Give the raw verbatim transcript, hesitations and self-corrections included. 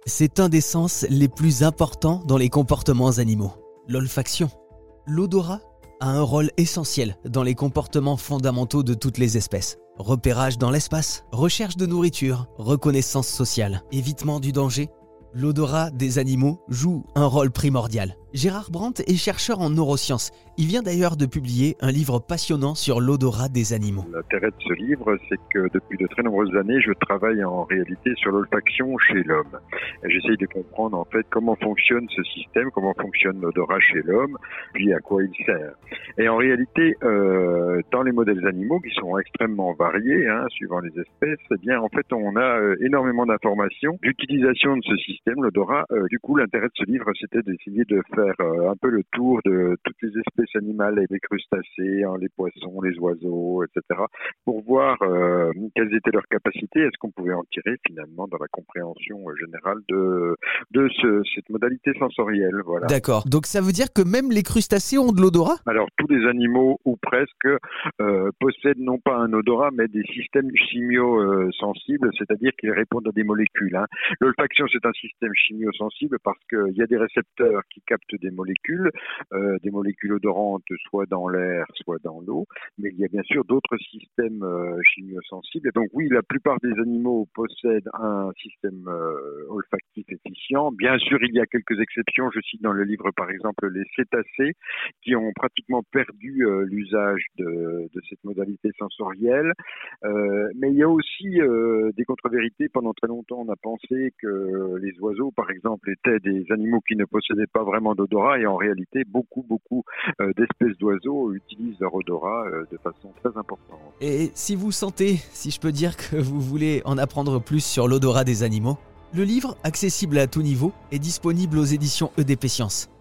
C'est un des sens les plus importants dans les comportements animaux, l'olfaction. L'odorat a un rôle essentiel dans les comportements fondamentaux de toutes les espèces. Repérage dans l'espace, recherche de nourriture, reconnaissance sociale, évitement du danger. L'odorat des animaux joue un rôle primordial. Gérard Brandt est chercheur en neurosciences. Il vient d'ailleurs de publier un livre passionnant sur l'odorat des animaux. L'intérêt de ce livre, c'est que depuis de très nombreuses années, je travaille en réalité sur l'olfaction chez l'homme. J'essaye de comprendre en fait comment fonctionne ce système, comment fonctionne l'odorat chez l'homme, puis à quoi il sert. Et en réalité, euh, dans les modèles animaux qui sont extrêmement variés, hein, suivant les espèces, eh bien en fait on a euh, énormément d'informations d'utilisation de ce système, l'odorat. Euh, du coup, l'intérêt de ce livre, c'était d'essayer de faire euh, un peu le tour de toutes les espèces animales, les crustacés, hein, les poissons, les oiseaux, et cetera, pour voir euh, quelles étaient leurs capacités, est-ce qu'on pouvait en tirer finalement dans la compréhension générale de de ce, cette modalité sensorielle. Voilà. D'accord. Donc ça veut dire que même les crustacés ont de l'odorat ? Alors tous les animaux ou presque euh, possèdent non pas un odorat mais des systèmes chimio-sensibles, c'est-à-dire qu'ils répondent à des molécules. Hein. L'olfaction, c'est un système chimio-sensible parce qu'il y a des récepteurs qui captent des molécules, euh, des molécules odorantes soit dans l'air, soit dans l'eau, mais il y a bien sûr d'autres systèmes euh, chimio-sensibles. Et donc oui, la plupart des animaux possèdent un système euh, olfactif efficient. Bien sûr, il y a quelques exceptions. Je cite dans le livre par exemple les cétacés qui ont pratiquement perdu euh, l'usage de, de cette modalité sensorielle. Euh, mais il y a aussi euh, des contre-vérités. Pendant très longtemps, on a pensé que les oiseaux, par exemple, étaient des animaux qui ne possédaient pas vraiment d'odorat, et en réalité, beaucoup, beaucoup euh, d'espèces d'oiseaux utilisent leur odorat euh, de façon très importante. Et si vous sentez, si je peux dire que vous voulez en apprendre plus sur l'odorat des animaux, le livre, accessible à tout niveau, est disponible aux éditions E D P Sciences.